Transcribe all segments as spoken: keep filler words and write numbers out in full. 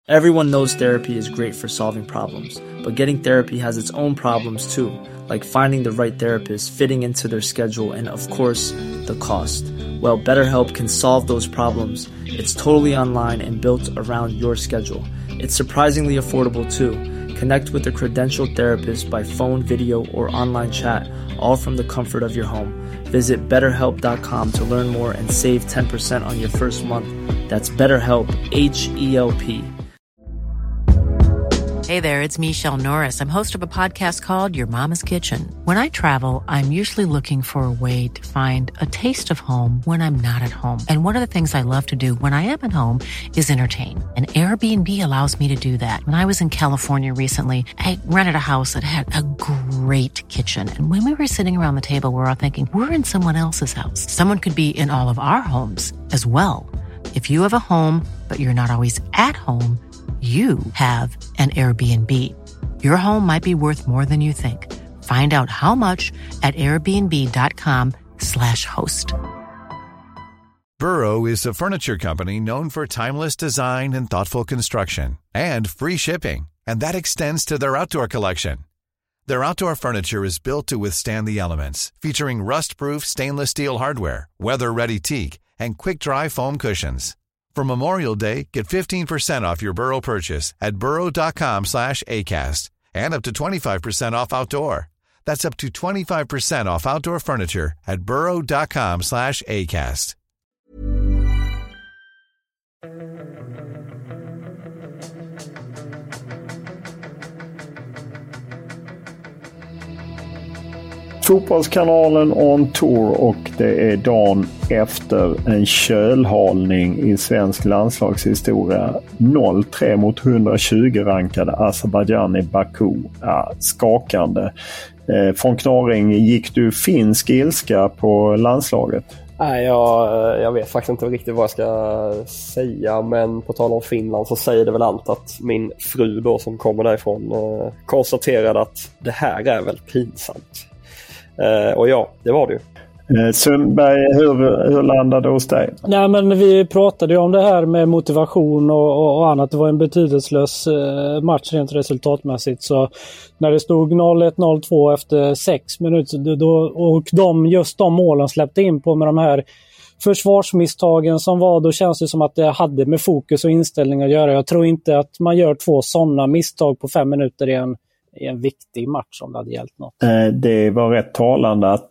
Everyone knows therapy is great for solving problems, but getting therapy has its own problems too, like finding the right therapist, fitting into their schedule, and of course, the cost. Well, BetterHelp can solve those problems. It's totally online and built around your schedule. It's surprisingly affordable too. Connect with a credentialed therapist by phone, video, or online chat, all from the comfort of your home. Visit better help dot com to learn more and save ten percent on your first month. That's BetterHelp, H E L P. Hey there, it's Michelle Norris. I'm host of a podcast called Your Mama's Kitchen. When I travel, I'm usually looking for a way to find a taste of home when I'm not at home. And one of the things I love to do when I am at home is entertain. And Airbnb allows me to do that. When I was in California recently, I rented a house that had a great kitchen. And when we were sitting around the table, we were all thinking, we're in someone else's house. Someone could be in all of our homes as well. If you have a home, but you're not always at home, you have an Airbnb. Your home might be worth more than you think. Find out how much at airbnb dot com slash host. Burrow is a furniture company known for timeless design and thoughtful construction, and free shipping, and that extends to their outdoor collection. Their outdoor furniture is built to withstand the elements, featuring rust-proof stainless steel hardware, weather-ready teak, and quick-dry foam cushions. For Memorial Day, get fifteen percent off your Burrow purchase at burrow dot com slash acast and up to twenty-five percent off outdoor. That's up to twenty-five percent off outdoor furniture at burrow dot com slash acast. Fotbollskanalen on tour, och det är dagen efter en kölhalning i svensk landslagshistoria. noll tre mot hundratjugo rankade Azerbaijan i Baku. Ja, skakande. Eh, från Knorring, gick du finsk ilska på landslaget? Nej, jag, jag vet faktiskt inte riktigt vad jag ska säga, men på tal om Finland så säger det väl allt att min fru då som kommer därifrån eh, konstaterade att det här är väl pinsamt. Uh, och ja, det var det ju. Uh, Sundberg, hur, hur landade det hos dig? Nej, men vi pratade ju om det här med motivation och, och, och annat. Det var en betydelselös uh, match rent resultatmässigt. Så när det stod noll ett noll två efter sex minuter då, och de, just de målen släppte in på med de här försvarsmisstagen som var, då känns det som att det hade med fokus och inställning att göra. Jag tror inte att man gör två sådana misstag på fem minuter i en i en viktig match om det hade hjälpt något. Det var rätt talande att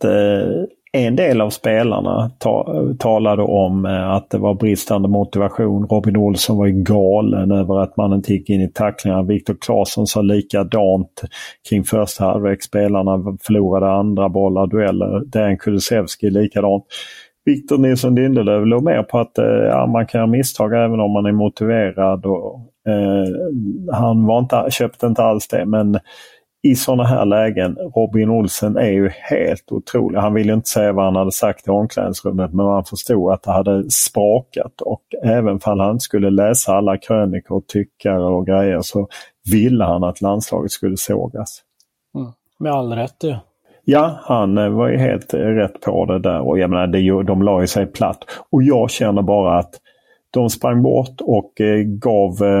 en del av spelarna ta, talade om att det var bristande motivation. Robin Olsson var ju galen över att man inte gick in i tacklingar. Viktor Claesson sa likadant kring första halvlek. Spelarna förlorade andra bollar, dueller. Dejan Kulusevski likadant. Victor Nilsson Lindelöf låg med på att ja, man kan ha misstag även om man är motiverad. Och, eh, han var inte, köpte inte alls det, men i sådana här lägen, Robin Olsen är ju helt otrolig. Han ville inte säga vad han hade sagt i omklädningsrummet, men man förstod att det hade sprakat, och även om han skulle läsa alla krönikor och tyckare och grejer så ville han att landslaget skulle sågas. Mm. Med all rätt, ja. Ja, han var ju helt rätt på det där, och jag menar, det, de la ju sig platt. Och jag känner bara att de sprang bort och eh, gav, eh,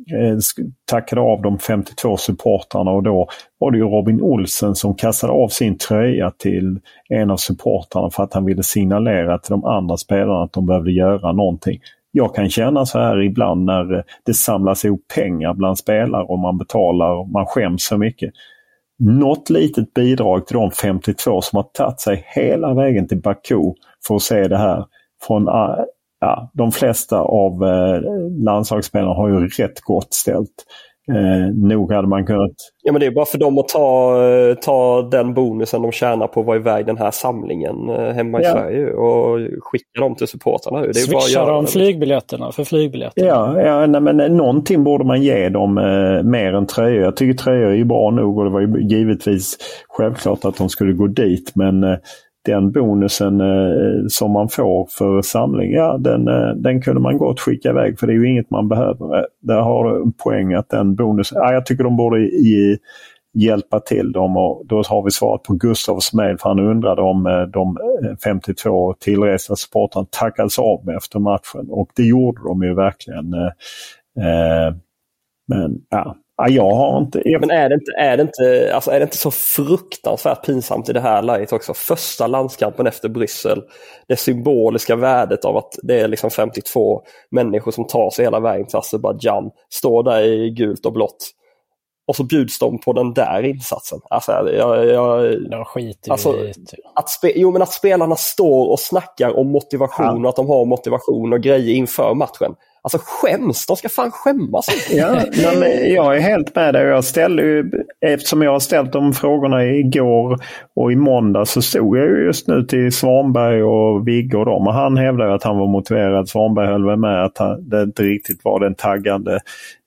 tackade av de femtiotvå supportrarna, och då var det ju Robin Olsen som kastade av sin tröja till en av supportrarna för att han ville signalera till de andra spelarna att de behövde göra någonting. Jag kan känna så här ibland när det samlas ihop pengar bland spelare och man betalar och man skäms så mycket. Något litet bidrag till de femtiotvå som har tagit sig hela vägen till Baku för att se det här. Från, ja, de flesta av eh, landslagsspelarna har ju rätt gott ställt. Eh, nog hade man kunnat... Ja, men det är bara för dem att ta, ta den bonusen de tjänar på att vara iväg den här samlingen eh, hemma i ja. Sverige och skicka dem till supportarna. Det är Switchar de flygbiljetterna för flygbiljetterna? Ja, ja nej, men någonting borde man ge dem eh, mer än tröjor. Jag tycker tröjor är ju bra nog, och det var ju givetvis självklart att de skulle gå dit, men eh, den bonusen eh, som man får för samling, ja, den, eh, den kunde man gott skicka iväg, för det är ju inget man behöver. Där har du en poäng att den bonusen, ja, jag tycker de borde i, hjälpa till dem, och då har vi svarat på Gustavs mejl, för han undrade om eh, de femtiotvå tillresta supportrarna tackades av efter matchen, och det gjorde de ju verkligen. Eh, Men ja, jag har inte... Jag... Men är det inte, är det inte, alltså är det inte så fruktansvärt pinsamt i det här läget också? Första landskampen efter Bryssel. Det symboliska värdet av att det är liksom femtiotvå människor som tar sig hela vägen till Azerbaijan. Står där i gult och blått. Och så bjuds de på den där insatsen. Alltså, jag, jag, jag skiter alltså, i att spe, jo, men att spelarna står och snackar om motivation ja. Och att de har motivation och grejer inför matchen. Alltså skäms, de ska fan skämmas. Ja, men jag är helt med dig. Jag ställde ju, eftersom jag har ställt de frågorna igår och i måndag så stod jag ju just nu till Svanberg och Vigge och dem. Och han hävdade att han var motiverad. Svanberg höll väl med att han, det inte riktigt var den taggande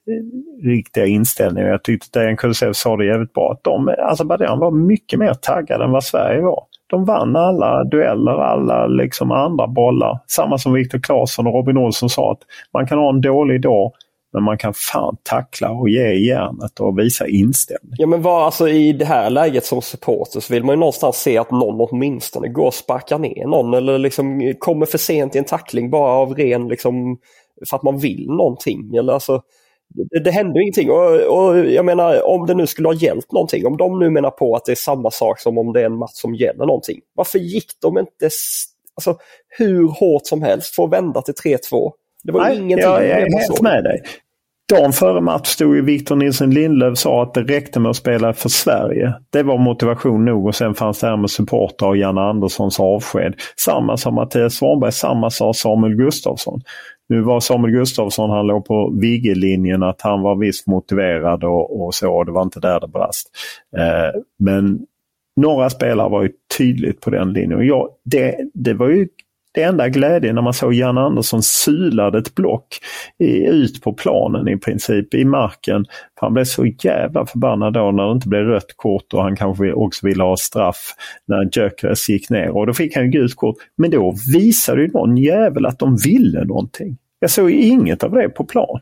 riktiga inställningen. Jag tyckte Dejan Kulusevski sa det jävligt bra. Att de, alltså Azerbaijan var mycket mer taggade än vad Sverige var. De vann alla dueller, alla liksom andra bollar. Samma som Viktor Claesson och Robin Olsson sa att man kan ha en dålig dag men man kan fan tackla och ge järnet och visa inställning. Ja men vad, alltså i det här läget som supporter så vill man ju någonstans se att någon åtminstone går och sparkar ner någon eller liksom kommer för sent i en tackling bara av ren liksom för att man vill någonting eller alltså Det, det händer ju ingenting och, och jag menar om det nu skulle ha hjälpt någonting, om de nu menar på att det är samma sak som om det är en match som gäller någonting, varför gick de inte alltså, hur hårt som helst för att vända till tre två? Det var Nej, ingenting. Jag, jag är helt med dig. Dagen före match stod ju Victor Nilsson Lindelöf sa att det räckte med att spela för Sverige. Det var motivation nog och sen fanns det här med supporter och Janne Anderssons avsked. Samma som Mattias Svanberg, samma sa Samuel Gustafsson. Nu var Samuel Gustafsson, han låg på Vigge-linjen att han var visst motiverad och, och så, det var inte där det brast. Eh, men några spelare var ju tydligt på den linjen. Och jag, det, det var ju det enda glädjen när man såg Jan Andersson sylade ett block i, ut på planen i princip, i marken. Han blev så jävla förbannad då när det inte blev rött kort och han kanske också ville ha straff när Gyökeres gick ner. Och då fick han ju gult kort. Men då visade ju någon jävel att de ville någonting. Jag såg ju inget av det på plan.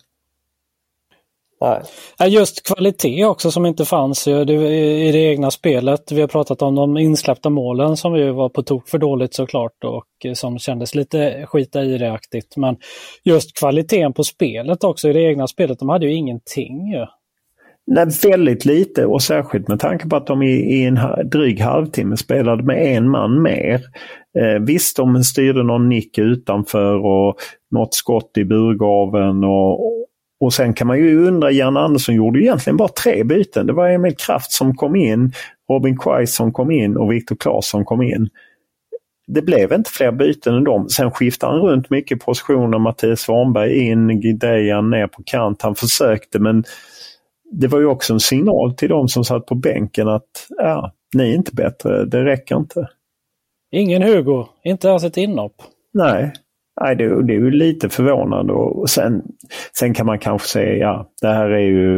Nej. Just kvalitet också som inte fanns ju i det egna spelet. Vi har pratat om de insläppta målen som ju var på tok för dåligt såklart och som kändes lite skita i reaktigt. Men just kvaliteten på spelet också i det egna spelet, de hade ju ingenting ju. Nej, väldigt lite och särskilt med tanke på att de i, i en dryg halvtimme spelade med en man mer. Eh, visst, de styrde någon nick utanför och något skott i burgaven och Och sen kan man ju undra, Jan Andersson gjorde egentligen bara tre byten. Det var Emil Kraft som kom in, Robin Quaist som kom in och Viktor Claesson kom in. Det blev inte fler byten än dem. Sen skiftade han runt mycket positioner. Mattias Svanberg in, Gidejan ner på kant. Han försökte men det var ju också en signal till dem som satt på bänken att ja, ni är inte bättre, det räcker inte. Ingen Hugo, inte ens ett inhopp. Nej. Nej, det, det är ju lite förvånande och sen, sen kan man kanske säga ja, det här är ju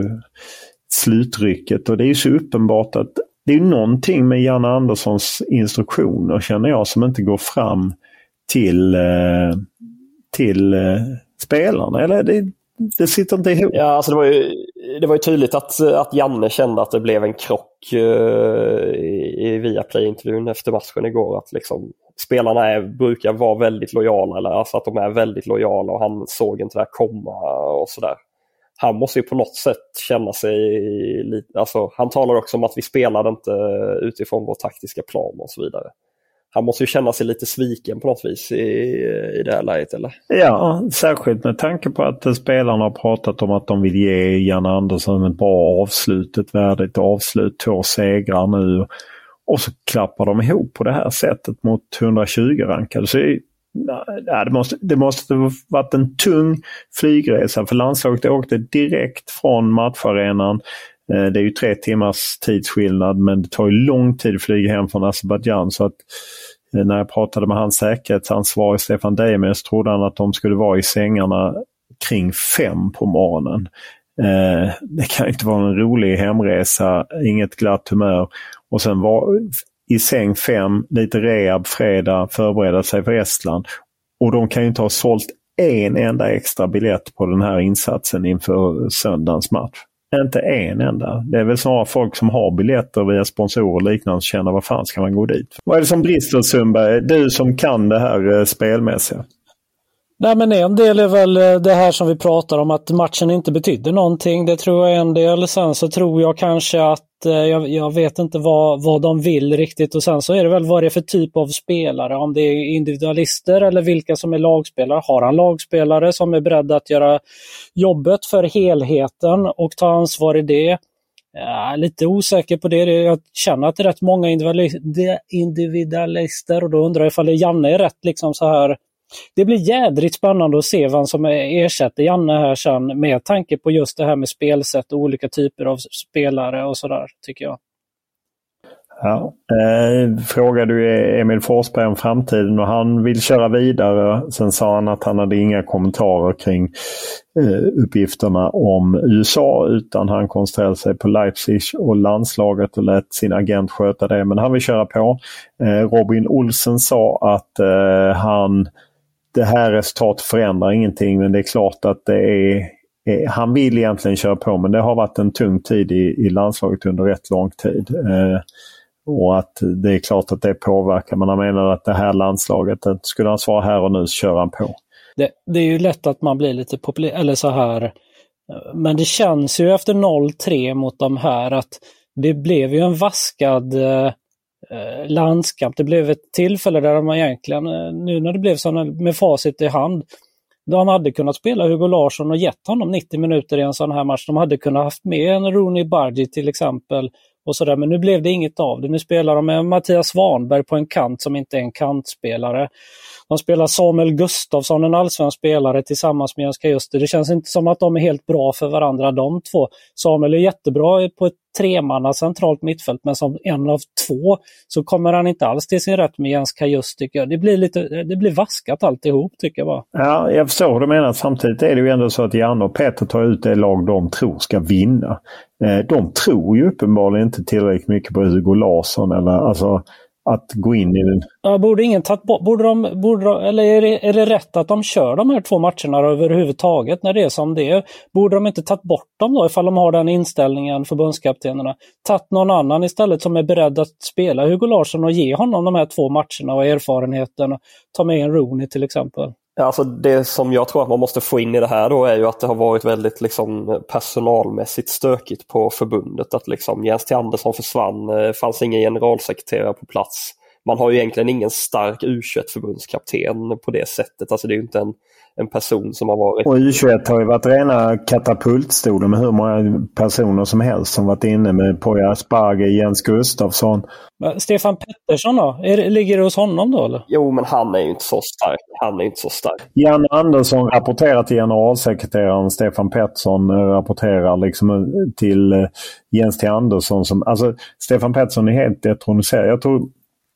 slutrycket och det är ju så uppenbart att det är någonting med Janne Anderssons instruktioner känner jag som inte går fram till, eh, till eh, spelarna eller det, det sitter inte ihop. Ja, alltså det var ju, det var ju tydligt att, att Janne kände att det blev en krock uh, i, i Viaplay-intervjun efter matchen igår att liksom spelarna är, brukar vara väldigt lojala eller alltså att de är väldigt lojala och han såg inte det här komma och sådär. Han måste ju på något sätt känna sig lite, alltså han talar också om att vi spelade inte utifrån vår taktiska plan och så vidare. Han måste ju känna sig lite sviken på något vis i, i det här läget, eller? Ja, särskilt med tanke på att spelarna har pratat om att de vill ge Jan Andersson ett bra avslut, ett värdigt avslut, två segrar nu. Och så klappar de ihop på det här sättet mot etthundratjugo rankade. Så ja, det måste det måste ha varit en tung flygresa för landslaget åkte direkt från matcharenan. Det är ju tre timmars tidsskillnad men det tar ju lång tid att flyga hem från Azerbaijan så att när jag pratade med hans säkerhetsansvarig Stefan Demes trodde han att de skulle vara i sängarna kring fem på morgonen. Eh, det kan ju inte vara en rolig hemresa, inget glatt humör och sen var i säng fem, lite rehab fredag, förbereda sig för Estland och de kan ju inte ha sålt en enda extra biljett på den här insatsen inför söndagens match. Inte en enda. Det är väl snarare folk som har biljetter via sponsorer och liknande känner vad fan ska man gå dit. Vad är det som brister Sundberg? Du som kan det här eh, spelmässiga. Nej, men en del är väl det här som vi pratar om, att matchen inte betydde någonting. Det tror jag är en del. Sen så tror jag kanske att jag, jag vet inte vad, vad de vill riktigt, och sen så är det väl vad det är för typ av spelare, om det är individualister eller vilka som är lagspelare. Har han lagspelare som är beredda att göra jobbet för helheten och ta ansvar i det? Jag är lite osäker på det. Jag känner att det är rätt många individualister, och då undrar jag ifall det Janne är rätt liksom så här. Det blir jädrigt spännande att se vem som ersätter Janne här sen, med tanke på just det här med spelsätt och olika typer av spelare och sådär, tycker jag. Ja. Eh, frågade du Emil Forsberg om framtiden och han vill köra vidare. Sen sa han att han hade inga kommentarer kring eh, uppgifterna om U S A, utan han koncentrerade sig på Leipzig och landslaget och lät sin agent sköta det. Men han vill köra på. Eh, Robin Olsen sa att eh, han det här resultatet förändrar ingenting, men det är klart att det är, är han vill egentligen köra på, men det har varit en tung tid i, i landslaget under rätt lång tid. Eh, och att det är klart att det påverkar, men han menar att det här landslaget, att skulle han svara här och nu så kör han på. Det, det är ju lätt att man blir lite populär, eller så här, men det känns ju efter noll tre mot de här att det blev ju en vaskad eh, landskamp. Det blev ett tillfälle där man egentligen, nu när det blev så med facit i hand, de hade kunnat spela Hugo Larsson och gett honom nittio minuter i en sån här match. De hade kunnat haft med en Rooney Bargi till exempel och sådär, men nu blev det inget av det. Nu spelar de med Mattias Svanberg på en kant som inte är en kantspelare. De spelar Samuel Gustafsson, en allsvensk spelare, tillsammans med Jens Kajuster. Det känns inte som att de är helt bra för varandra, de två. Samuel är jättebra på ett tremanna centralt mittfält, men som en av två så kommer han inte alls till sin rätt med Jens Kajuster, tycker jag. Det blir lite, det blir vaskat alltihop, tycker jag bara. Ja, jag förstår vad du menar. Samtidigt är det ju ändå så att Janne och Peter tar ut det lag de tror ska vinna. De tror ju uppenbarligen inte tillräckligt mycket på Hugo Larsson, eller alltså att gå in i den. Ja, borde ingen tagit bort, borde de, borde de, eller är det, är det rätt att de kör de här två matcherna överhuvudtaget när det är som det är? Borde de inte tagit bort dem då, ifall de har den inställningen, förbundskaptenerna? Tagit någon annan istället som är beredd att spela Hugo Larsson och ge honom de här två matcherna och erfarenheten, ta med en Rooney till exempel? Alltså det som jag tror att man måste få in i det här då är ju att det har varit väldigt liksom personalmässigt stökigt på förbundet. Att liksom Jens T. Andersson försvann, fanns ingen generalsekreterare på plats. Man har ju egentligen ingen stark U tjugoett-förbundskapten på det sättet. Alltså det är ju inte en, en person som har varit... Och U tjugoett har ju varit rena katapultstolen med hur många personer som helst som varit inne med Poya Asbaghi, Jens Gustafsson. Men Stefan Pettersson då? Är, ligger det hos honom då eller? Jo, men han är ju inte så stark. Han är inte så stark. Janne Andersson rapporterar till generalsekreteraren, Stefan Pettersson rapporterar liksom till Jens T. Andersson. Som, alltså Stefan Pettersson är helt detroniserad. Jag tror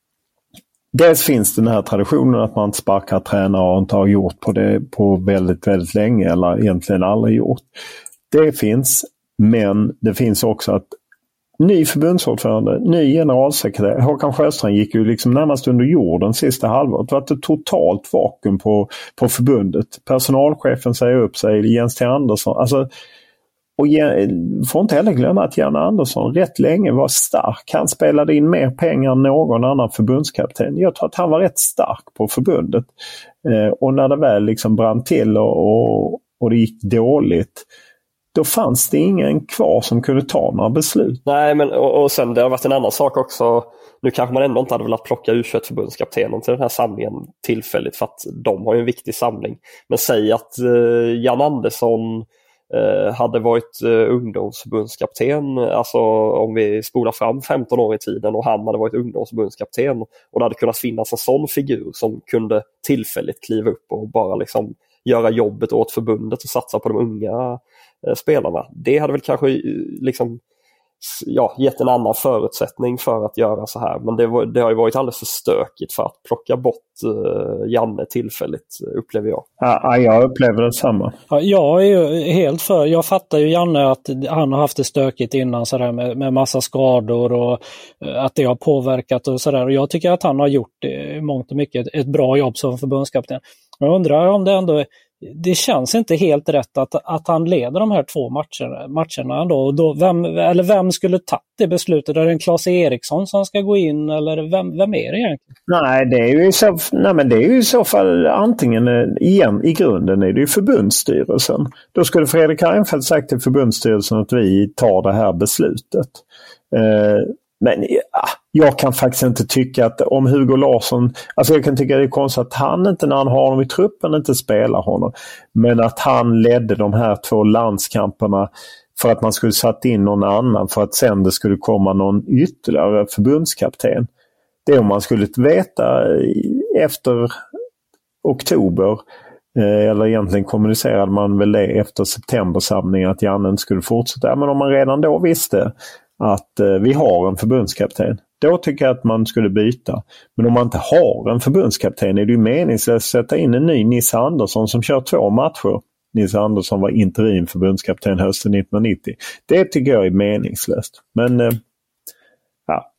dels finns den här traditionen att man inte sparkar tränare och inte har gjort på det på väldigt, väldigt länge, eller egentligen aldrig gjort. Det finns, men det finns också att ny förbundsordförande, ny generalsekreterare, Håkan Sjöstrand gick ju liksom närmast under jorden sista halvåret. Det var ett totalt vakuum på, på förbundet. Personalchefen säger upp sig, Jens T. Andersson. Alltså, och får inte heller glömma att Janne Andersson rätt länge var stark. Han spelade in mer pengar än någon annan förbundskapten. Jag tror att han var rätt stark på förbundet. Eh, och när det väl liksom brann till och, och, och det gick dåligt, då fanns det ingen kvar som kunde ta några beslut. Nej, men och, och sen det har varit en annan sak också. Nu kanske man ändå inte hade velat plocka U tjugoett-förbundskaptenen till den här samlingen tillfälligt, för att de har ju en viktig samling. Men säg att eh, Jan Andersson eh, hade varit eh, ungdomsförbundskapten, alltså om vi spolar fram femton år i tiden, och han hade varit ungdomsförbundskapten, och det hade kunnat finnas en sån figur som kunde tillfälligt kliva upp och bara liksom göra jobbet åt förbundet och satsa på de unga spelarna. Det hade väl kanske liksom, ja, gett en annan förutsättning för att göra så här. Men det, var, det har ju varit alldeles för stökigt för att plocka bort uh, Janne tillfälligt, upplever jag. Ja, jag upplever det samma. Ja, jag är ju helt för. Jag fattar ju Janne att han har haft det stökigt innan så där, med, med massa skador och uh, att det har påverkat och sådär. Och jag tycker att han har gjort i mångt och mycket ett, ett bra jobb som förbundskapten. Jag undrar om det ändå det känns inte helt rätt att, att han leder de här två matcherna, matcherna då. Och då vem, eller vem skulle ta det beslutet? Är det en Claes Eriksson som ska gå in, eller vem, vem är det egentligen? Nej, det är ju i så, nej, men det är ju i så fall antingen igen, i grunden är det ju förbundsstyrelsen. Då skulle Fredrik Reinfeldt sagt till förbundsstyrelsen att vi tar det här beslutet. Eh, Men ja, jag kan faktiskt inte tycka att om Hugo Larsson, alltså jag kan tycka det är konstigt att han inte när han har honom i truppen inte spelar honom. Men att han ledde de här två landskamperna för att man skulle satt in någon annan för att sen det skulle komma någon ytterligare förbundskapten. Det om man skulle veta efter oktober, eller egentligen kommunicerade man väl det efter septembersamlingen att Janne skulle fortsätta. Men om man redan då visste att eh, vi har en förbundskapten, då tycker jag att man skulle byta. Men om man inte har en förbundskapten är det ju meningslöst att sätta in en ny Nisse Andersson som kör två matcher. Nisse Andersson var interim förbundskapten hösten nittonhundranittio. Det tycker jag är meningslöst. Men eh, ja.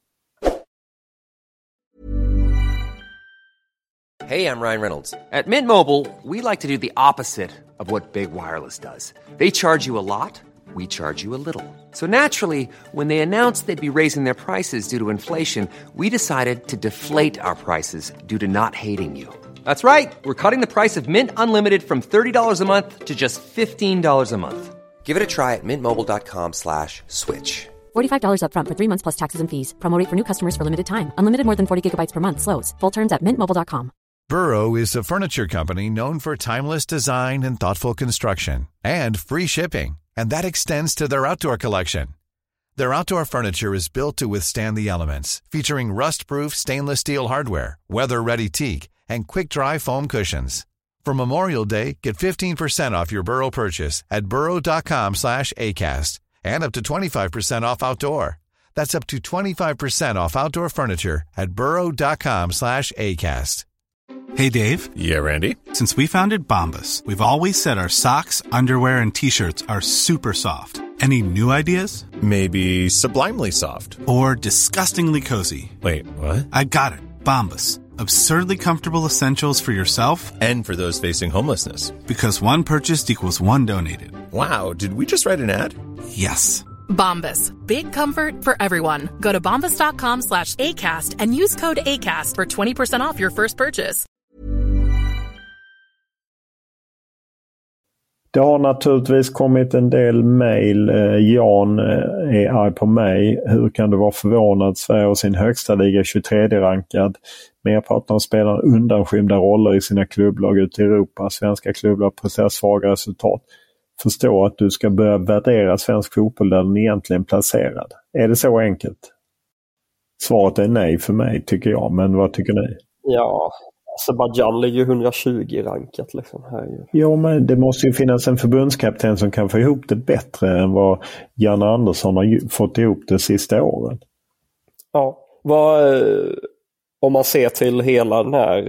Hey, I'm Ryan Reynolds. At Mint Mobile, we like to do the opposite of what Big Wireless does. They charge you a lot. We charge you a little. So naturally, when they announced they'd be raising their prices due to inflation, we decided to deflate our prices due to not hating you. That's right. We're cutting the price of Mint Unlimited from thirty dollars a month to just fifteen dollars a month. Give it a try at mintmobile.com slash switch. forty-five dollars up front for three months plus taxes and fees. Promo rate for new customers for limited time. Unlimited more than forty gigabytes per month slows. Full terms at mint mobile dot com. Burrow is a furniture company known for timeless design and thoughtful construction and free shipping. And that extends to their outdoor collection. Their outdoor furniture is built to withstand the elements, featuring rust-proof stainless steel hardware, weather-ready teak, and quick-dry foam cushions. For Memorial Day, get fifteen percent off your Burrow purchase at burrow.com slash ACAST and up to twenty-five percent off outdoor. That's up to twenty-five percent off outdoor furniture at burrow.com slash ACAST. Hey, Dave. Yeah, Randy. Since we founded Bombas, we've always said our socks, underwear, and T-shirts are super soft. Any new ideas? Maybe sublimely soft. Or disgustingly cozy. Wait, what? I got it. Bombas. Absurdly comfortable essentials for yourself and for those facing homelessness. Because one purchased equals one donated. Wow, did we just write an ad? Yes. Bombas. Big comfort for everyone. Go to bombas.com slash ACAST and use code ACAST for twenty percent off your first purchase. Det har naturligtvis kommit en del mejl. Jan är arg på mig. Hur kan du vara förvånad? Sverige har sin högsta liga tjugotredje rankad. Merparten av spelarna undanskymda roller i sina klubblag ute i Europa. Svenska klubblag presterar svaga resultat. Förstå att du ska börja värdera svensk fotboll där den egentligen placerad. Är det så enkelt? Svaret är nej för mig tycker jag. Men vad tycker ni? Ja, Azerbaijan ligger ju hundratjugo rankat liksom här ju. Ja, men det måste ju finnas en förbundskapten som kan få ihop det bättre än vad Janne Andersson har fått ihop det sista åren. Ja, vad, om man ser till hela den här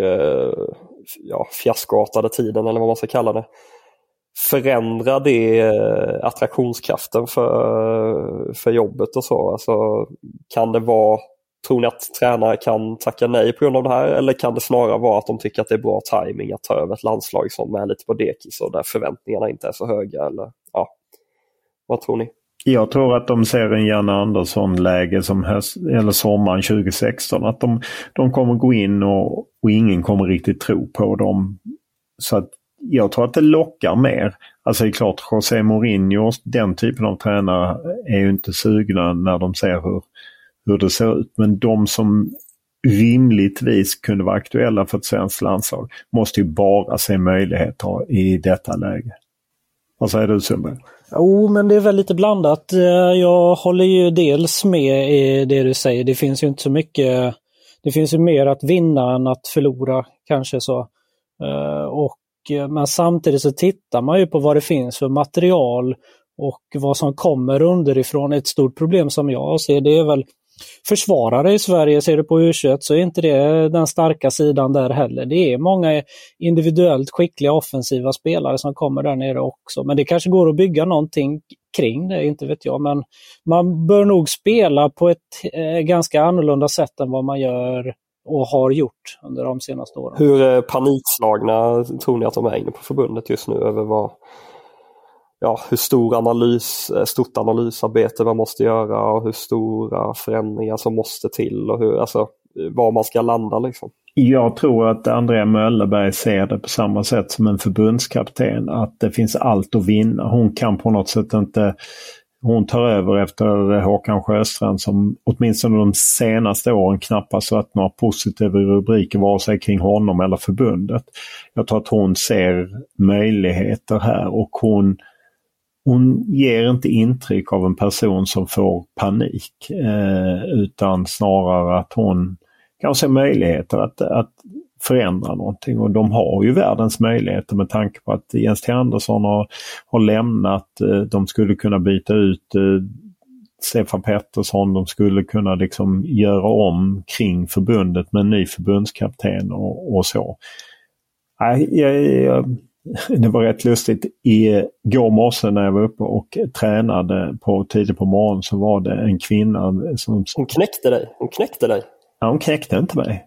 ja, fiaskoartade tiden eller vad man ska kalla det. Förändrar det attraktionskraften för, för jobbet och så? Alltså, kan det vara, tror ni att tränare kan tacka nej på grund av det här? Eller kan det snarare vara att de tycker att det är bra timing att ta över ett landslag som är lite på dekis och där förväntningarna inte är så höga? Eller, ja. Vad tror ni? Jag tror att de ser en Janne Andersson-läge som höst, eller sommaren tjugo sexton. Att de, de kommer gå in och, och ingen kommer riktigt tro på dem. Så att jag tror att det lockar mer. Alltså det är klart, José Mourinho, den typen av tränare är ju inte sugna när de ser hur, hur det ser ut. Men de som rimligtvis kunde vara aktuella för ett svenskt landslag måste ju bara se möjligheter i detta läge. Vad säger du, Sundberg? Jo, men det är väl lite blandat. Jag håller ju dels med i det du säger. Det finns ju inte så mycket, det finns ju mer att vinna än att förlora kanske så. Och men samtidigt så tittar man ju på vad det finns för material och vad som kommer underifrån. Ett stort problem som jag ser, det är väl försvarare i Sverige. Ser du på U tjugoett så är inte det den starka sidan där heller. Det är många individuellt skickliga offensiva spelare som kommer där nere också. Men det kanske går att bygga någonting kring det, inte vet jag. Men man bör nog spela på ett eh, ganska annorlunda sätt än vad man gör och har gjort under de senaste åren. Hur panikslagna tror ni att de är inne på förbundet just nu över vad, ja, hur stor analys, stort analysarbete man måste göra och hur stora förändringar som måste till och hur, alltså, var man ska landa liksom? Jag tror att Andrea Möllerberg ser det på samma sätt som en förbundskapten, att det finns allt att vinna. Hon kan på något sätt inte, hon tar över efter Håkan Sjöstrand som åtminstone de senaste åren knappast varit några positiva rubriker vare sig kring honom eller förbundet. Jag tror att hon ser möjligheter här och hon Hon ger inte intryck av en person som får panik eh, utan snarare att hon kan se möjligheter att, att förändra någonting. Och de har ju världens möjligheter med tanke på att Jens T. Andersson har, har lämnat. Eh, de skulle kunna byta ut eh, Stefan Pettersson. De skulle kunna liksom göra om kring förbundet med en ny förbundskapten och, och så. Nej, jag... jag Det var rätt lustigt. I går morse när jag var uppe och tränade på tidigt på morgonen så var det en kvinna som... Hon knäckte dig. Hon knäckte dig. Ja, hon knäckte inte mig.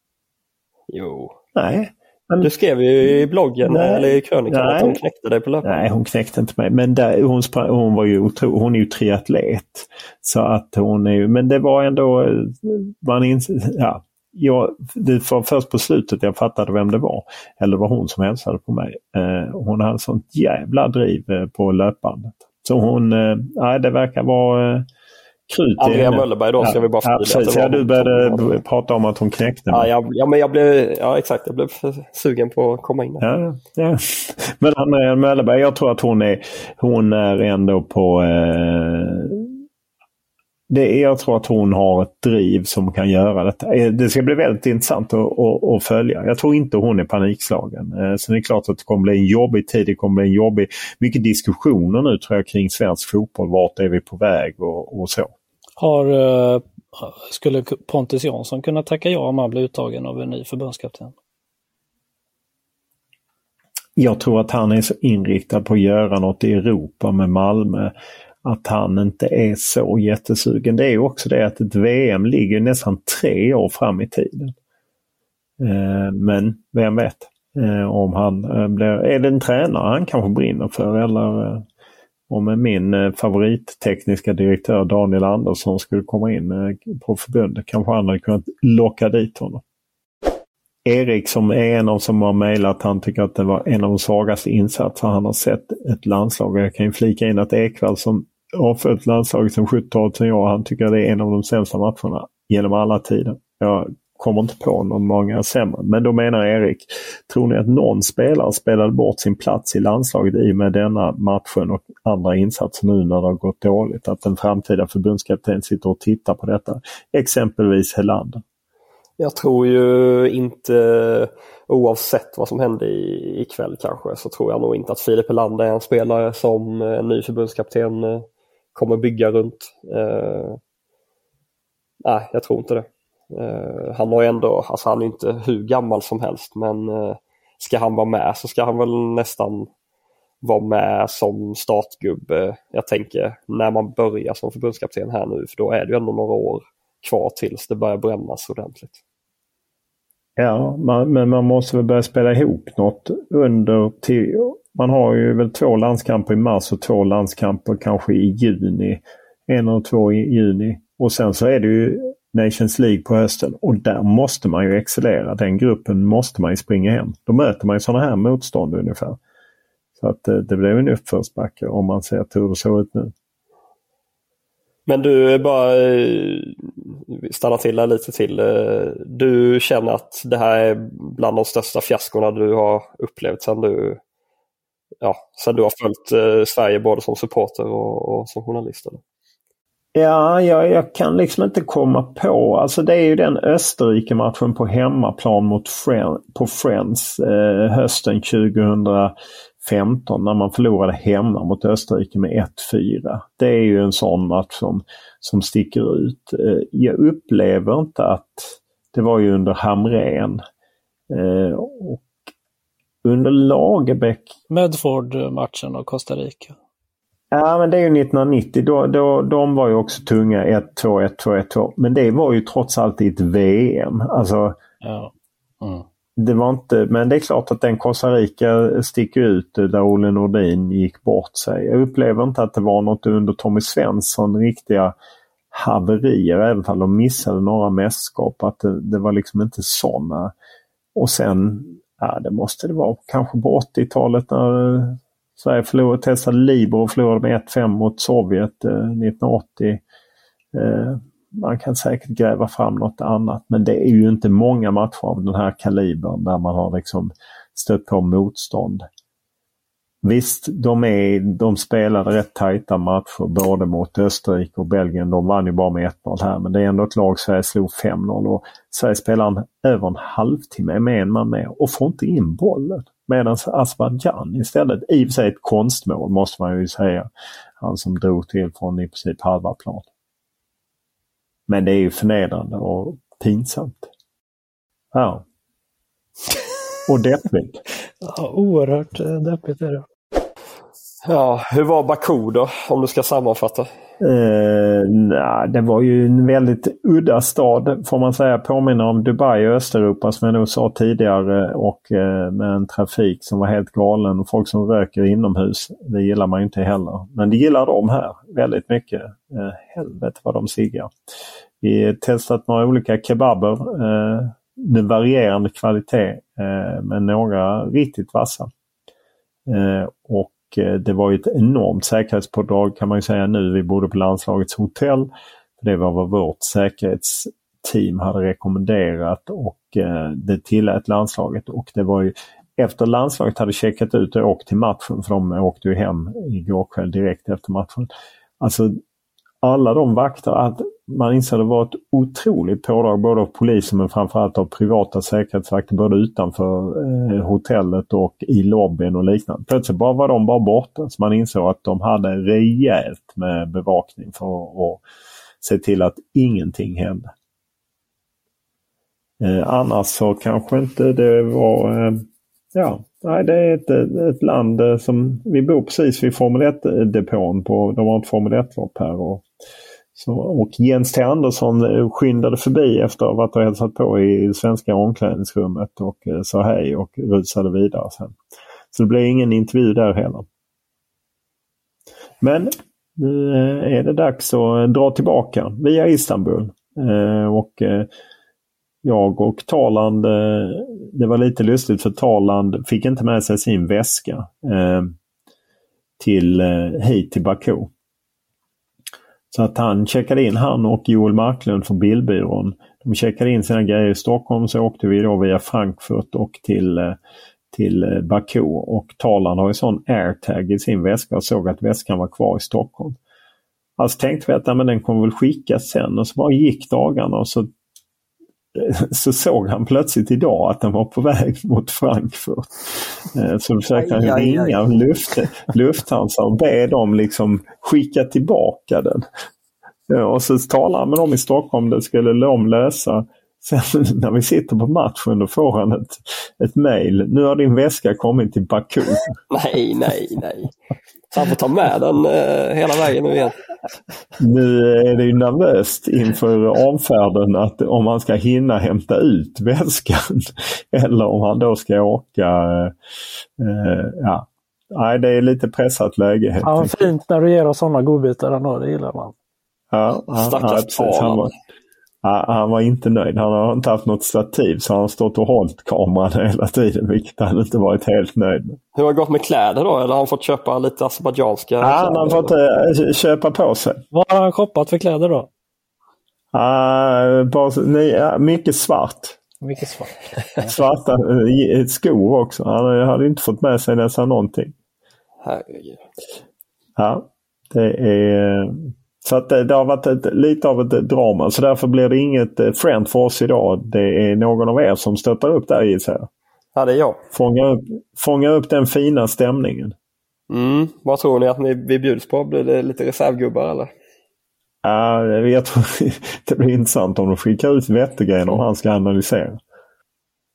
Jo. Nej. Men... Du skrev ju i bloggen nej, eller i krönikan att hon knäckte dig på löpan. Nej, hon knäckte inte mig. Men där, hon, sprang, hon var ju otro, hon är ju triatlet. Så att hon är ju... Men det var ändå... Man ins, ja. Jag, det var först på slutet jag fattade vem det var. Eller var hon som hälsade på mig. Eh, hon hade sånt jävla driv eh, på löpbandet. Så hon, eh, nej det verkar vara eh, krut. Andrea Möllerberg då, ska ja, vi bara ja, precis, ja, du började hon... prata om att hon knäckte mig. Ja, jag, ja, men jag blev, ja exakt, jag blev sugen på att komma in där. Ja, ja. Men Andrea Möllerberg, jag tror att hon är, hon är ändå på... Eh, Det är, jag tror att hon har ett driv som kan göra detta. Det ska bli väldigt intressant att, att, att följa. Jag tror inte hon är panikslagen. Så det är klart att det kommer bli en jobbig tid. Det kommer bli en jobbig... Mycket diskussioner nu tror jag kring svensk fotboll. Vart är vi på väg och, och så. Har, skulle Pontus Jansson kunna tacka ja om han blir uttagen av en ny förbundskapten? Jag tror att han är så inriktad på att göra något i Europa med Malmö att han inte är så jättesugen. Det är ju också det att ett V M ligger nästan tre år fram i tiden. Eh, men vem vet eh, om han eh, blir... Är det en tränare han kanske brinner för eller eh, om min eh, favorittekniska direktör Daniel Andersson skulle komma in eh, på förbundet kanske han hade kunnat locka dit honom. Erik som är en av som har mejlat, han tycker att det var en av de svagaste insatser han har sett ett landslag. Jag kan ju flika in att Ekvall som har följt landslaget sedan sjuttiotalet år, han tycker att det är en av de sämsta matcherna genom alla tider. Jag kommer inte på någon många sämre. Men då menar Erik, tror ni att någon spelare spelade bort sin plats i landslaget i med denna matchen och andra insatser nu när det har gått dåligt? Att en framtida förbundskapten sitter och tittar på detta. Exempelvis Helander. Jag tror ju inte, oavsett vad som händer i, ikväll kanske, så tror jag nog inte att Filip Helander är en spelare som en ny förbundskapten kommer bygga runt. Eh, nej, jag tror inte det. Eh, han har ju ändå, alltså han är inte hur gammal som helst, men eh, ska han vara med så ska han väl nästan vara med som startgubbe. Jag tänker när man börjar som förbundskapten här nu, för då är det ju ändå några år kvar tills det börjar brännas ordentligt. Ja, man, men man måste väl börja spela ihop något under till, man har ju väl två landskamper i mars och två landskamper kanske i juni. En och två i juni. Och sen så är det ju Nations League på hösten och där måste man ju excellera. Den gruppen måste man ju springa hem. Då möter man ju sådana här motstånd ungefär. Så att det, det blir en uppförsbacke om man ser hur det ser ut nu. Men du, bara stanna till där lite till. Du känner att det här är bland de största fiaskorna du har upplevt sedan du, ja, sedan du har följt Sverige både som supporter och, och som journalist? Eller? Ja, jag, jag kan liksom inte komma på. Alltså det är ju den Österrike-matchen på hemmaplan mot Friend, på Friends eh, hösten tjugohundrafemton när man förlorade hemma mot Österrike med ett fyra. Det är ju en sån match som, som sticker ut. Eh, jag upplever inte att det var ju under Hamrén eh, och under Lagerbäck. Medford-matchen och Costa Rica. Ja, men det är ju nittonhundranittio. Då, då, de var ju också tunga ett två, ett två, ett två. Men det var ju trots allt i ett V M. Alltså, ja. Mm. Det var inte, men det är klart att den Costa Rica sticker ut där Olle Nordin gick bort sig. Jag upplever inte att det var något under Tommy Svensson riktiga haverier, även om de missade några mästerskap. Att det, det var liksom inte sådana. Och sen, ja, det måste det vara kanske på åttiotalet när Sverige förlorade, testade Libor och förlorade med ett fem mot Sovjet eh, nittonhundraåttio. Eh, man kan säkert gräva fram något annat, men det är ju inte många matcher av den här kalibern där man har liksom stött på motstånd. Visst, de, är, de spelade rätt tajta matcher både mot Österrike och Belgien. De vann ju bara med ett noll här, men det är ändå ett lag Sverige slog fem noll och Sverige spelar en, över en halvtimme med en man med och får inte in bollen. Medan Azerbaijan istället, i och för sig ett konstmål måste man ju säga, han som drog till från i princip halva plan. Men det är ju förnedrande och pinsamt. Ja. Och deppigt. Ja, oerhört deppigt är det. Ja, hur var Baku då, om du ska sammanfatta? Eh, nej, det var ju en väldigt udda stad, får man säga. Påminner om Dubai och Östeuropa som jag nog sa tidigare, och eh, med en trafik som var helt galen och folk som röker inomhus. Det gillar man ju inte heller. Men det gillar de här väldigt mycket. Eh, helvete vad de siggar. Vi har testat några olika kebaber eh, med varierande kvalitet, eh, men några riktigt vassa. Eh, och det var ju ett enormt säkerhetspådrag kan man ju säga nu. Vi bodde på landslagets hotell. Det var vad vårt säkerhetsteam hade rekommenderat och det tillät landslaget. Och det var ju efter landslaget hade checkat ut och åkt till matchen, för de åkte ju hem igår kväll direkt efter matchen. Alltså alla de vakter, att man insåg det var ett otroligt pådrag både av polisen men framförallt av privata säkerhetsvakter både utanför eh, hotellet och i lobbyn och liknande. Plötsligt bara var de bara borta, så man insåg att de hade rejält med bevakning för att se till att ingenting hände. Eh, annars så kanske inte det var... Eh, ja, nej, det är ett, ett land som vi bor precis vid Formel ett-depån på, de har ett Formel ett-lopp här och så, och Jens T. Andersson skyndade förbi efter att ha hälsat på i det svenska omklädningsrummet och sa hej och rusade vidare sen. Så det blev ingen intervju där heller. Men nu är det dags att dra tillbaka via Istanbul. Och jag och Taland, det var lite lustigt för Taland fick inte med sig sin väska till, hit till Baku. Så att han checkade in, han och Joel Marklund från Bildbyrån. De checkade in sina grejer i Stockholm, så åkte vi då via Frankfurt och till, till Baku. Och Taland har ju sån airtag i sin väska och såg att väskan var kvar i Stockholm. Alltså tänkte vi att ja, men den kommer väl skickas sen, och så bara gick dagarna och så så såg han plötsligt idag att den var på väg mot Frankfurt. Så försökte han ringa luft, Lufthansa och be dem liksom skicka tillbaka den. Och så talade han med dem i Stockholm, det skulle de lösa. Sen när vi sitter på matchen då får han ett, ett mejl. Nu har din väska kommit till Baku. Nej, nej, nej. Så han får ta med den eh, hela vägen nu igen. Nu är det ju nervöst inför avfärden att om han ska hinna hämta ut väskan eller om han då ska åka. Eh, ja, nej, det är lite pressat läge. Ja, fint när du ger oss sådana godbitar ändå, det gillar man. Ja, han, stackars ja, han, var, ja, han var inte nöjd. Han har inte haft något stativ, så han har stått och hållit kameran hela tiden, vilket han inte varit helt nöjd med. Hur har det gått med kläder då? Eller har han fått köpa lite azerbaijanska? Ja, han har fått äh, köpa på sig. Vad har han shoppat för kläder då? Uh, bara, nej, uh, mycket svart. Mycket svart. Svarta uh, skor också. Han hade inte fått med sig nästan någonting. Herregud. Ja, det är... Så att det, det har varit ett, lite av ett drama. Så därför blir det inget friend för oss idag. Det är någon av er som stöttar upp där i sig. Ja, det är jag. Fånga upp, fånga upp den fina stämningen. Mm. Vad tror ni att ni, vi bjuds på? Blir det lite reservgubbar eller? Ja, jag tror det blir intressant om de skickar ut Wettergren om han ska analysera.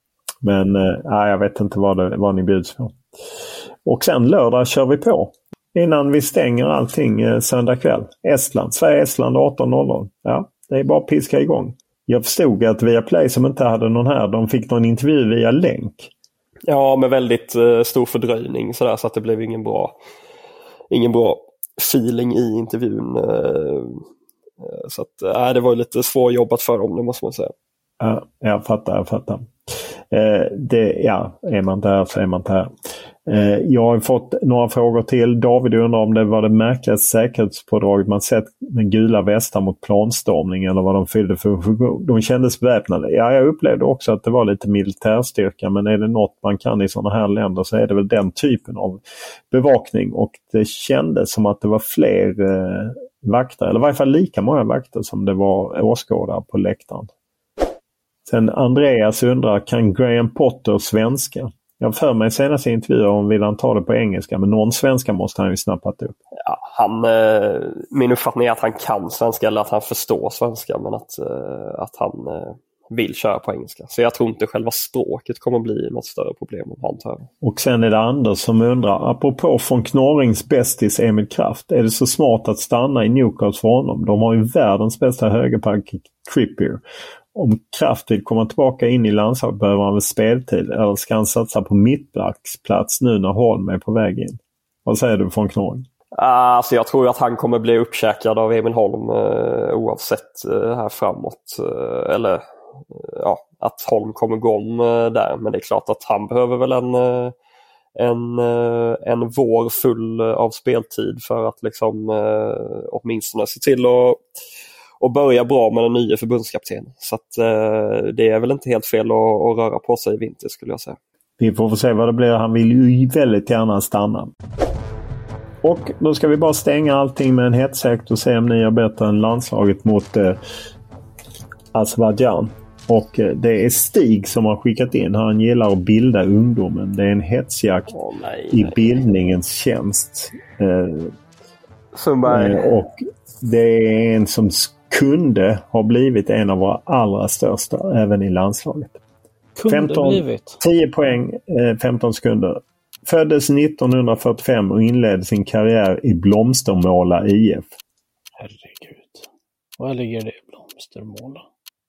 Men ja, jag vet inte vad, det, vad ni bjuds på. Och sen lördag kör vi på. innan vi stänger allting eh, söndag kväll. Estland, Sverige-Estland arton noll noll. Ja, det är bara att piska igång. Jag förstod att Viaplay som inte hade någon här, de fick någon intervju via länk. Ja, med väldigt uh, stor fördröjning sådär, så att det blev ingen bra ingen bra feeling i intervjun. Uh, så att uh, det var lite svårjobbat för dem, det måste man säga. Ja, jag fattar, jag fattar. Eh, det, ja, är man inte här så är man inte här. Eh, jag har fått några frågor till. David undrar om det var det märkligaste säkerhetspådraget man sett med gula västar mot planstormning eller vad de fyllde för funktion. De kändes beväpnade. Ja, jag upplevde också att det var lite militärstyrka, men är det något man kan i sådana här länder så är det väl den typen av bevakning, och det kändes som att det var fler eh, vakter, eller i varje fall lika många vakter som det var åskådare på läktaren. Sen Andreas undrar, kan Graham Potter svenska? Jag för mig senast i intervjuer om vill han ta det på engelska, men någon svenska måste han ju snappat upp. Ja, han, eh, min uppfattning är att han kan svenska eller att han förstår svenska, men att, eh, att han eh, vill köra på engelska. Så jag tror inte själva språket kommer bli något större problem om han tar. Och sen är det Anders som undrar, apropå från Knorrings bästis Emil Kraft, är det så smart att stanna i Newcastle för honom? De har ju världens bästa högerback Trippier. Om Kraft vill komma tillbaka in i landslaget behöver han väl speltid, eller ska han satsa på mittbacksplats nu när Holm är på väg in? Vad säger du från Knorring? Alltså jag tror att han kommer bli uppkäkad av Emil Holm eh, oavsett eh, här framåt. Eh, eller eh, ja, att Holm kommer gå om eh, där. Men det är klart att han behöver väl en, eh, en, eh, en vår full av speltid för att liksom eh, åtminstone se till att och börja bra med den nya förbundskaptenen. Så att, eh, det är väl inte helt fel att, att röra på sig i vinter, skulle jag säga. Vi får se vad det blir. Han vill ju väldigt gärna stanna. Och då ska vi bara stänga allting med en hetsekt och se om ni har bättre än landslaget mot eh, Azerbaijan. Och eh, det är Stig som har skickat in. Han gillar att bilda ungdomen. Det är en hetsjakt oh, nej, i nej. bildningens tjänst. Eh, eh, och det är en som kunde ha blivit en av våra allra största även i landslaget. Kunde femton, blivit. tio poäng, femton sekunder. Föddes nittonhundrafyrtiofem och inledde sin karriär i Blomstermåla I F. Herregud. Var ligger det i Blomstermåla?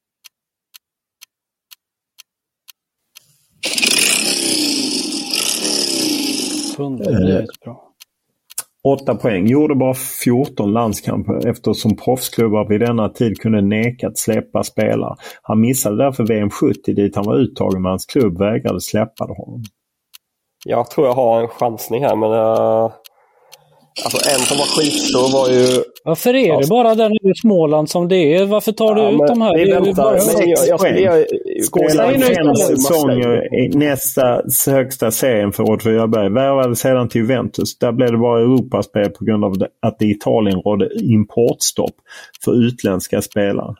Kunde blivit bra. åtta poäng. Gjorde bara fjorton landskamper eftersom proffsklubbar vid denna tid kunde neka att släppa spelare. Han missade därför V M sjuttio dit han var uttagen, men hans klubb vägrade släppa honom. Jag tror jag har en chansning här, men uh, alltså en som var skitstor var ju... Varför är det bara den i Småland som det är? Varför tar du ja, ut de här? Det är väntar, men jag, jag, jag, jag, Spelade fem säsonger i nästa högsta serien för Åtvid Öberg. Värvade sedan till Juventus. Där blev det bara Europaspel på grund av att det i Italien rådde importstopp för utländska spelare.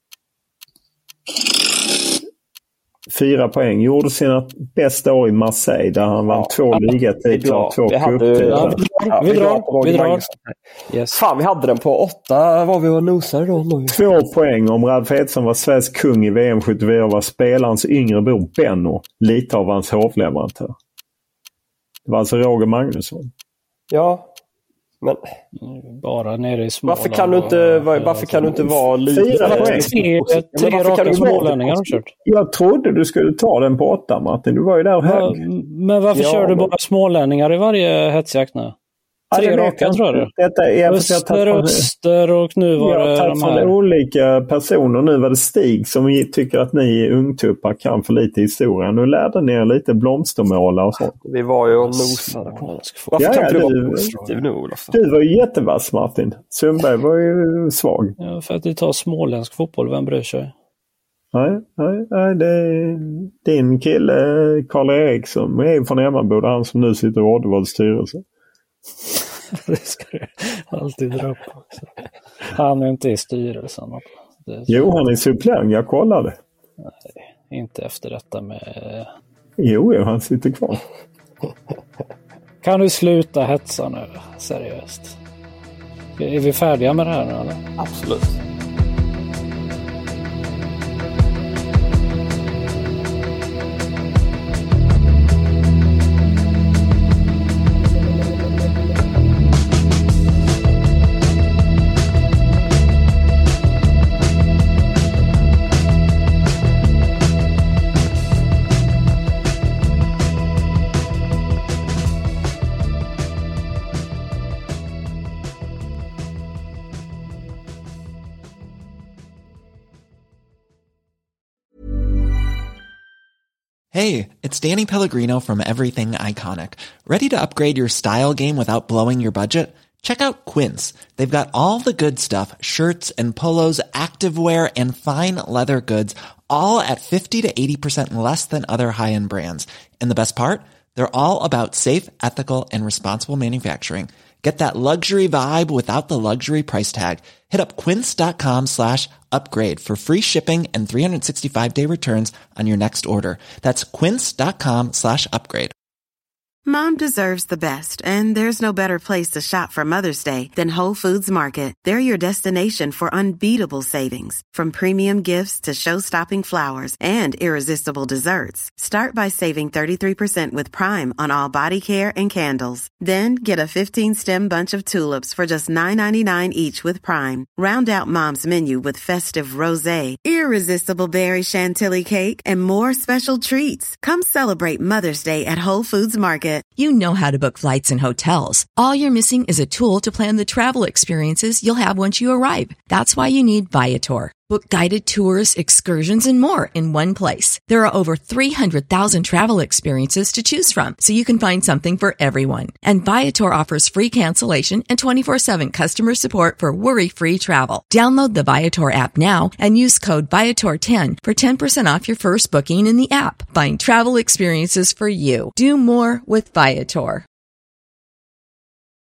Fyra poäng. Gjorde sina bästa år i Marseille där han vann ja, två ligatitlar, två cuptitlar. Ja, vi drar, vi drar. Yes. Fan, vi hade den på åtta. Var vi och nosade då? Två poäng om Ralf Edson var svensk kung i V M sjuttiofyra och var spelarens yngre bror Benno, lite av hans hovleverantör. Det var alltså Roger Magnusson. Ja, men bara nere i Småland. Varför kan du inte, var, varför kan du inte vara lite... Fyra poäng. Tre, tre raka smålänningar har kört. Jag trodde du skulle ta den på åtta, Martin. Du var ju där och hög. Men varför ja, kör du bara smålänningar i varje hetsjakt nu? Tre ja, raka tror jag. Detta är Öster, och Öster och nu var det de här. Jag olika personer. Nu var det Stig som tycker att ni ungtuppar kan för lite historia. Nu lärde ni er lite blomstermåla och sånt. Vi var ju och nosade på. Varför ja, kan ja, du du, vara positiv nu, Olof? Du var ju jättevass, Martin. Sundberg var ju svag. Ja, för att det tar småländsk fotboll, vem bryr sig? Nej, nej, nej, det är din kille Karl-Erik som är från Emmaboda, han som nu sitter i Oddevalls styrelse. Det ska du alltid dra på också. Han är inte i styrelsen. Det jo, han är suppleant, jag kollade. Nej, inte efter detta med... Jo, jo, han sitter kvar. Kan du sluta hetsa nu, seriöst? Är vi färdiga med det här nu, eller? Absolut. Hey, it's Danny Pellegrino from Everything Iconic. Ready to upgrade your style game without blowing your budget? Check out Quince. They've got all the good stuff, shirts and polos, activewear, and fine leather goods, all at fifty to eighty percent less than other high-end brands. And the best part? They're all about safe, ethical, and responsible manufacturing. Get that luxury vibe without the luxury price tag. Hit up quince.com slash upgrade for free shipping and three sixty-five day returns on your next order. That's quince.com slash upgrade. Mom deserves the best, and there's no better place to shop for Mother's Day than Whole Foods Market. They're your destination for unbeatable savings, from premium gifts to show-stopping flowers and irresistible desserts. Start by saving thirty-three percent with Prime on all body care and candles. Then get a fifteen-stem bunch of tulips for just nine ninety-nine each with Prime. Round out Mom's menu with festive rosé, irresistible berry chantilly cake, and more special treats. Come celebrate Mother's Day at Whole Foods Market. You know how to book flights and hotels. All you're missing is a tool to plan the travel experiences you'll have once you arrive. That's why you need Viator. Book guided tours, excursions, and more in one place. There are over three hundred thousand travel experiences to choose from, so you can find something for everyone. And Viator offers free cancellation and twenty-four seven customer support for worry-free travel. Download the Viator app now and use code Viator ten for ten percent off your first booking in the app. Find travel experiences for you. Do more with Viator.